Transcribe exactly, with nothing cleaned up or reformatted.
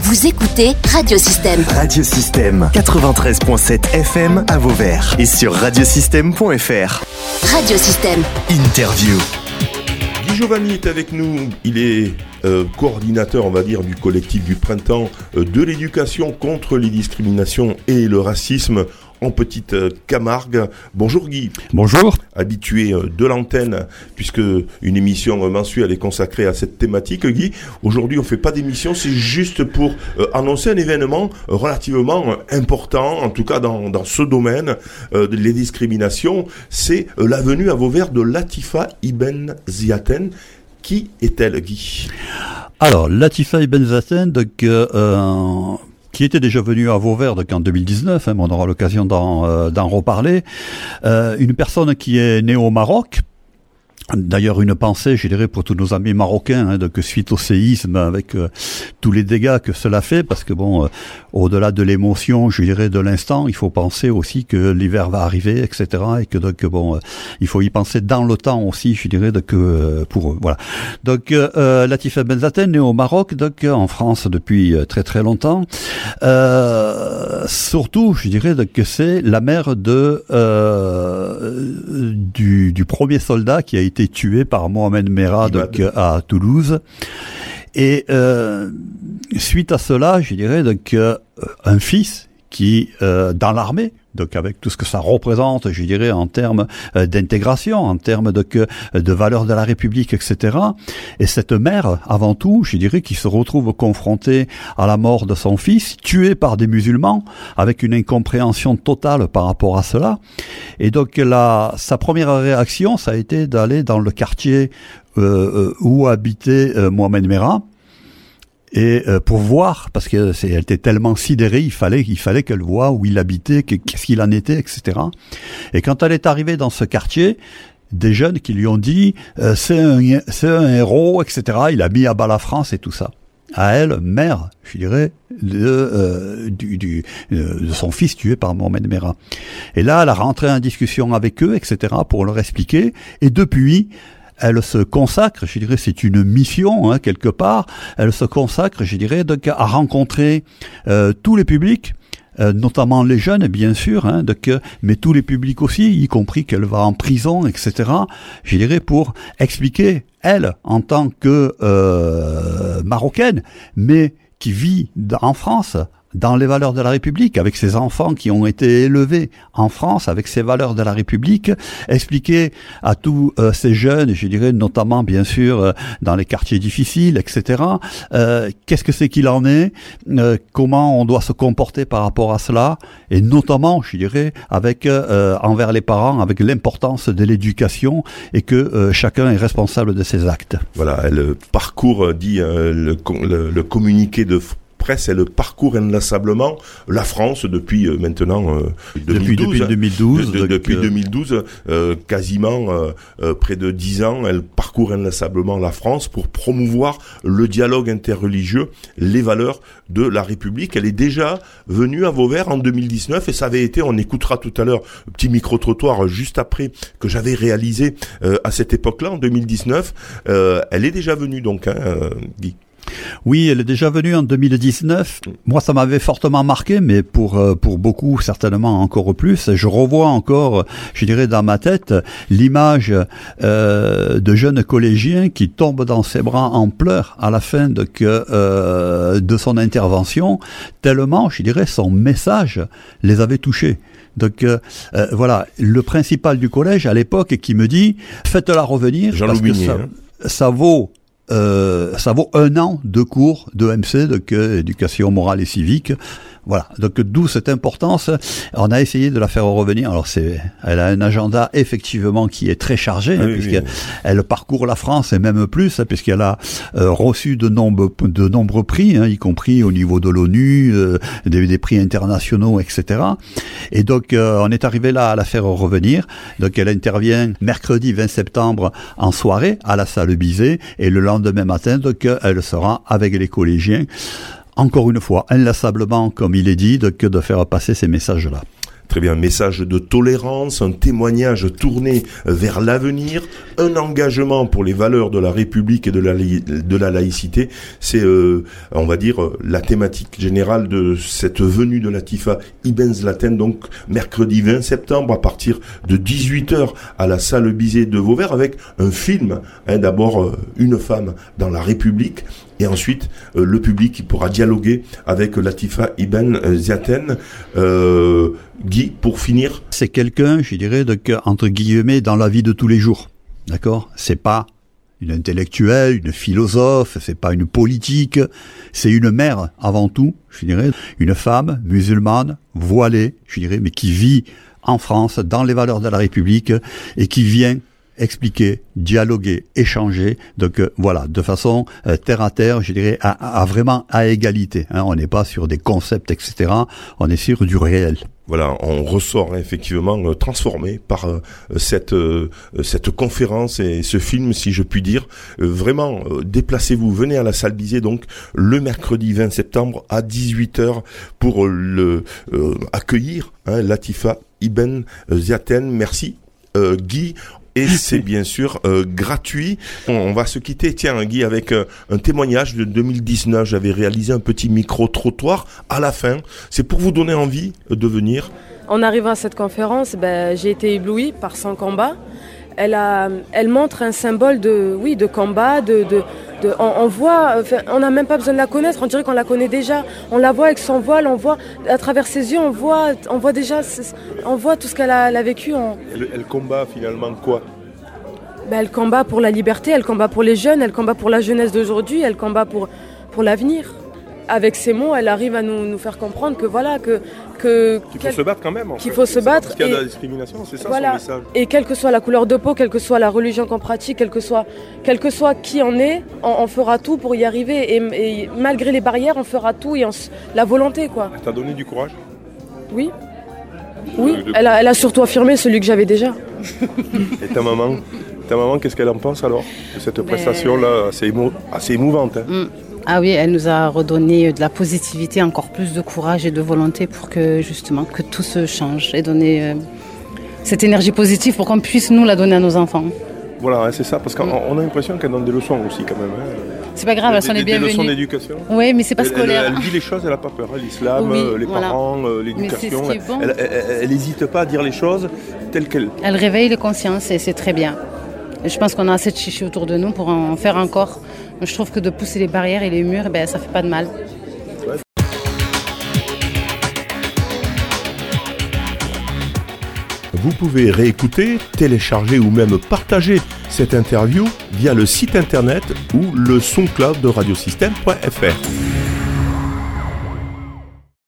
Vous écoutez Radiosystème. Radiosystème quatre-vingt-treize virgule sept F M à Vauvert et sur radiosystème point f r. Radiosystème. Interview. Guy Giovanni est avec nous. Il est euh, coordinateur, on va dire, du collectif du printemps euh, de l'éducation contre les discriminations et le racisme en Petite Camargue. Bonjour Guy. Bonjour. Habitué de l'antenne, puisque une émission mensuelle est consacrée à cette thématique, Guy. Aujourd'hui, on fait pas d'émission, c'est juste pour euh, annoncer un événement euh, relativement important, en tout cas dans, dans ce domaine, euh, les discriminations. C'est euh, la venue à Vauvert de Latifa Ibn Ziaten. Qui est-elle, Guy ? Alors, Latifa Ibn Ziaten, donc... Euh, qui était déjà venu à Vauvert donc en deux mille dix-neuf, hein, on aura l'occasion d'en, euh, d'en reparler, euh, une personne qui est née au Maroc. D'ailleurs, une pensée, je dirais, pour tous nos amis marocains, hein, donc suite au séisme, avec euh, tous les dégâts que cela fait, parce que bon, euh, au-delà de l'émotion, je dirais, de l'instant, il faut penser aussi que l'hiver va arriver, et cetera, et que donc bon, euh, il faut y penser dans le temps aussi, je dirais, donc euh, pour eux, voilà. Donc euh, Latifa Ibn Ziaten est au Maroc, donc en France depuis très très longtemps. Euh, surtout, je dirais donc, que c'est la mère de euh, du, du premier soldat qui a été tué par Mohamed Merah donc, à Toulouse. Et euh, suite à cela, je dirais donc euh, un fils qui, euh, dans l'armée, donc avec tout ce que ça représente, je dirais, en termes euh, d'intégration, en termes de, de valeurs de la République, et cetera. Et cette mère, avant tout, je dirais, qui se retrouve confrontée à la mort de son fils, tué par des musulmans, avec une incompréhension totale par rapport à cela. Et donc, la, sa première réaction, ça a été d'aller dans le quartier euh, où habitait euh, Mohamed Merah, et euh, pour voir, parce que c'est, elle était tellement sidérée, il fallait, il fallait qu'elle voie où il habitait, que, qu'est-ce qu'il en était, et cetera. Et quand elle est arrivée dans ce quartier, des jeunes qui lui ont dit euh, c'est un, c'est un héros, et cetera. Il a mis à bas la France et tout ça. À elle, mère, je dirais, de, euh, du, du, euh, de son fils tué par Mohamed Merah. Et là, elle a rentré en discussion avec eux, et cetera, pour leur expliquer. Et depuis, elle se consacre, je dirais, c'est une mission, hein, quelque part, elle se consacre, je dirais, donc, à rencontrer euh, tous les publics, euh, notamment les jeunes, bien sûr, hein, donc, mais tous les publics aussi, y compris qu'elle va en prison, et cetera, je dirais, pour expliquer, elle, en tant que euh, Marocaine, mais qui vit en France, dans les valeurs de la République, avec ses enfants qui ont été élevés en France, avec ces valeurs de la République, expliquer à tous euh, ces jeunes, je dirais notamment bien sûr euh, dans les quartiers difficiles, et cetera, euh, qu'est-ce que c'est qu'il en est, euh, comment on doit se comporter par rapport à cela, et notamment, je dirais, avec euh, envers les parents, avec l'importance de l'éducation et que euh, chacun est responsable de ses actes. Voilà, le parcours dit euh, le, le, le communiqué de presse, elle parcourt inlassablement la France depuis euh, maintenant euh, deux mille douze. Depuis, depuis deux mille douze. De, de, depuis euh... deux mille douze, euh, quasiment euh, euh, près de dix ans, elle parcourt inlassablement la France pour promouvoir le dialogue interreligieux, les valeurs de la République. Elle est déjà venue à Vauvert en deux mille dix-neuf et ça avait été, on écoutera tout à l'heure, un petit micro-trottoir juste après que j'avais réalisé euh, à cette époque-là, en deux mille dix-neuf. Euh, elle est déjà venue donc, hein, euh, Guy. Oui, elle est déjà venue en deux mille dix-neuf. Moi, ça m'avait fortement marqué, mais pour pour beaucoup, certainement encore plus. Je revois encore, je dirais, dans ma tête, l'image euh, de jeunes collégiens qui tombent dans ses bras en pleurs à la fin de, que, euh, de son intervention, tellement, je dirais, son message les avait touchés. Donc euh, euh, voilà, le principal du collège à l'époque qui me dit « Faites-la revenir Jean parce Loubigny, que ça, hein. ça vaut... » Euh, ça vaut un an de cours de M C, donc euh, éducation morale et civique. Voilà, donc d'où cette importance. On a essayé de la faire revenir. Alors c'est, elle a un agenda effectivement qui est très chargé, oui, hein, puisqu'elle oui. elle parcourt la France et même plus, hein, puisqu'elle a euh, reçu de nombreux de nombreux prix, hein, y compris au niveau de l'ONU, euh, des, des prix internationaux, et cetera. Et donc euh, on est arrivé là à la faire revenir. Donc elle intervient mercredi vingt septembre en soirée à la salle Bizet et le lendemain matin, donc elle sera avec les collégiens. Encore une fois, inlassablement, comme il est dit, de, que de faire passer ces messages-là. Très bien, message de tolérance, un témoignage tourné vers l'avenir, un engagement pour les valeurs de la République et de la, de la laïcité. C'est, euh, on va dire, la thématique générale de cette venue de Latifa Ibn Zlaten, donc mercredi vingt septembre à partir de dix-huit heures à la salle Bizet de Vauvert avec un film, hein, d'abord euh, Une femme dans la République, et ensuite euh, le public qui pourra dialoguer avec Latifa Ibn Zlaten. Euh, Guy, pour finir. C'est quelqu'un, je dirais, de, entre guillemets, dans la vie de tous les jours. D'accord ? C'est pas une intellectuelle, une philosophe, c'est pas une politique, c'est une mère avant tout, je dirais, une femme musulmane, voilée, je dirais, mais qui vit en France, dans les valeurs de la République, et qui vient expliquer, dialoguer, échanger, donc euh, voilà, de façon euh, terre à terre, je dirais, à, à vraiment à égalité. Hein, on n'est pas sur des concepts, et cetera. On est sur du réel. Voilà, on ressort hein, effectivement euh, transformé par euh, cette euh, cette conférence et ce film, si je puis dire. Euh, vraiment, euh, déplacez-vous, venez à la salle Bizet donc le mercredi vingt septembre à dix-huit heures pour euh, le euh, accueillir hein, Latifa Ibn Zlaten. Merci euh, Guy. Et c'est bien sûr euh, gratuit. On, on va se quitter, tiens Guy, avec euh, un témoignage de deux mille dix-neuf. J'avais réalisé un petit micro-trottoir à la fin. C'est pour vous donner envie de venir. En arrivant à cette conférence, ben, j'ai été ébloui par son combat. Elle, a, elle montre un symbole de, oui, de combat, de, de, de, on, on voit, enfin, on n'a même pas besoin de la connaître, on dirait qu'on la connaît déjà. On la voit avec son voile, on voit à travers ses yeux, on voit, on voit déjà, on voit tout ce qu'elle a, elle a vécu. On... Elle, elle combat finalement quoi ? Ben, elle combat pour la liberté, elle combat pour les jeunes, elle combat pour la jeunesse d'aujourd'hui, elle combat pour, pour l'avenir. Avec ces mots, elle arrive à nous, nous faire comprendre que voilà, que... que qu'il faut se battre quand même. En qu'il fait. faut se battre. Parce qu'il y a et, de la discrimination, c'est ça voilà, son message. Et quelle que soit la couleur de peau, quelle que soit la religion qu'on pratique, quel que soit, quel que soit qui on est, on, on fera tout pour y arriver. Et, et malgré les barrières, on fera tout et on, la volonté, quoi. Elle t'a donné du courage ? Oui. Oui, de, de... Elle, a, elle a surtout affirmé celui que j'avais déjà. Et ta maman Ta maman, qu'est-ce qu'elle en pense alors de cette prestation-là assez, émou... assez émouvante hein. mm. Ah oui, elle nous a redonné de la positivité, encore plus de courage et de volonté pour que justement que tout se change et donner euh, cette énergie positive pour qu'on puisse nous la donner à nos enfants. Voilà, c'est ça, parce qu'on mm. a l'impression qu'elle donne des leçons aussi quand même. Hein. C'est pas grave, elles sont les bienvenues. Des leçons d'éducation. Oui, mais c'est pas scolaire. Elle, elle, elle dit les choses, elle n'a pas peur. L'islam, oui, les voilà. parents, l'éducation. Ce bon. Elle n'hésite pas à dire les choses telles qu'elles. Elle réveille les consciences et c'est très bien. Et je pense qu'on a assez de chichis autour de nous pour en faire encore. Je trouve que de pousser les barrières et les murs, ben, ça fait pas de mal. Vous pouvez réécouter, télécharger ou même partager cette interview via le site internet ou le SoundCloud de radiosystème point f r.